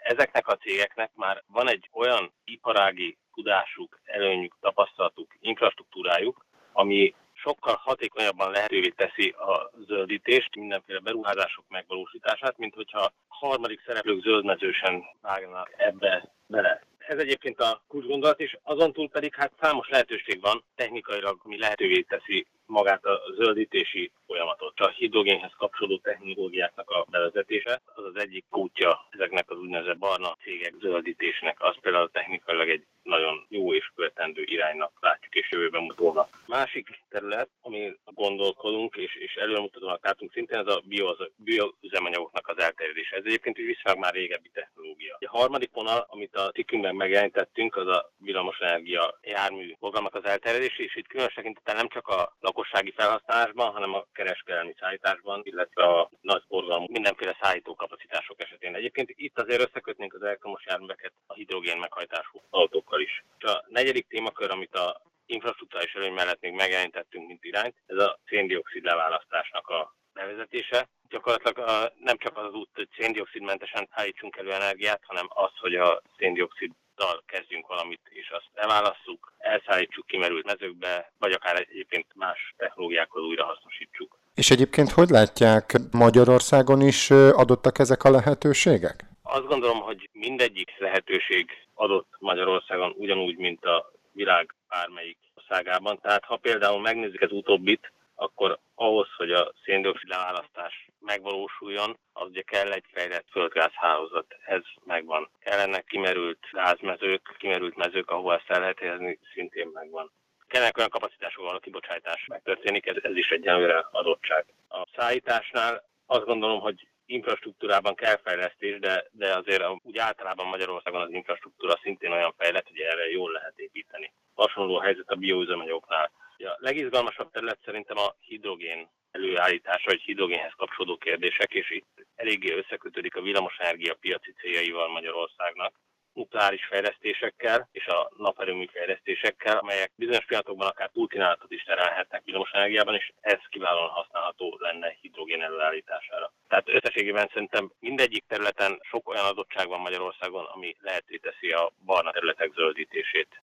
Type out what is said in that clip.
ezeknek a cégeknek már van egy olyan iparági tudásuk, előnyük, tapasztalatuk, infrastruktúrájuk, ami sokkal hatékonyabban lehetővé teszi a zöldítést, mindenféle beruházások megvalósítását, mint hogyha harmadik szereplők zöldmezősen vágnak ebbe bele. Ez egyébként a kulcsgondolat is, azon túl pedig hát számos lehetőség van technikailag, ami lehetővé teszi magát a zöldítési folyamatot. A hidrogénhez kapcsolódó technológiáknak a bevezetése az az egyik útja ezeknek az úgynevezett barna cégek zöldítésnek. Az például technikailag egy nagyon jó és követendő iránynak látjuk és jövőben mutatónak. Másik terület, ami gondolkodunk és előmutatónak látunk szintén, ez a bioüzemanyagoknak az elterjedése. Ez egyébként is viszonylag már régebbi technológia. A harmadik vonal, amit a cikkünkben megjelentettünk, az a villamosenergia jármű programnak az elterjedése, és itt különös tekintettel nem csak a lakossági felhasználásban, hanem a kereskedelmi szállításban, illetve a nagy forgalmú mindenféle szállítókapacitások esetén. Egyébként itt azért összekötnénk az elektromos járműveket a hidrogén meghajtású autókkal is. És a negyedik témakör, amit a infrastruktúrális előny mellett még megjelentettünk, mint irányt, ez a szén-dioxid leválasztásnak a bevezetése. Gyakorlatilag nem csak az út, hogy szén-dioxidmentesen állítsunk elő energiát, hanem az, hogy a szén-dioxiddal kezdjünk valamit, és azt leválasszuk, elszállítsuk kimerült mezőkbe, vagy akár egyébként más technológiákkal újrahasznosítsuk. És egyébként hogy látják, Magyarországon is adottak ezek a lehetőségek? Azt gondolom, hogy mindegyik lehetőség adott Magyarországon ugyanúgy, mint a világ bármelyik országában. Tehát ha például megnézzük az utóbbit, akkor ahhoz, hogy a szén-dioxid leválasztás megvalósuljon, az ugye kell egy fejlett földgázhálózat. Ez megvan. Kellenek kimerült gázmezők, kimerült mezők, ahol ezt el lehet helyezni, szintén megvan. Kellenek olyan kapacitások, ahol a kibocsátás megtörténik, ez is egyelőre adottság. A szállításnál azt gondolom, hogy infrastruktúrában kell fejlesztés, de azért úgy általában Magyarországon az infrastruktúra szintén olyan fejlett, hogy erre jól lehet építeni. Hasonló a helyzet a bioüzemanyagoknál. A legizgalmasabb terület szerintem a hidrogén előállítása, vagy hidrogénhez kapcsolódó kérdések, és itt eléggé összekötődik a villamosenergia piaci céljaival Magyarországnak, nukleáris fejlesztésekkel és a naperőmű fejlesztésekkel, amelyek bizonyos pillanatokban akár túlkínálatot is terelhetnek villamosenergiában, és ez kiválóan használható lenne hidrogén előállítására. Tehát összességében szerintem mindegyik területen sok olyan adottság van Magyarországon, ami lehetővé teszi a barna területek zöldítését.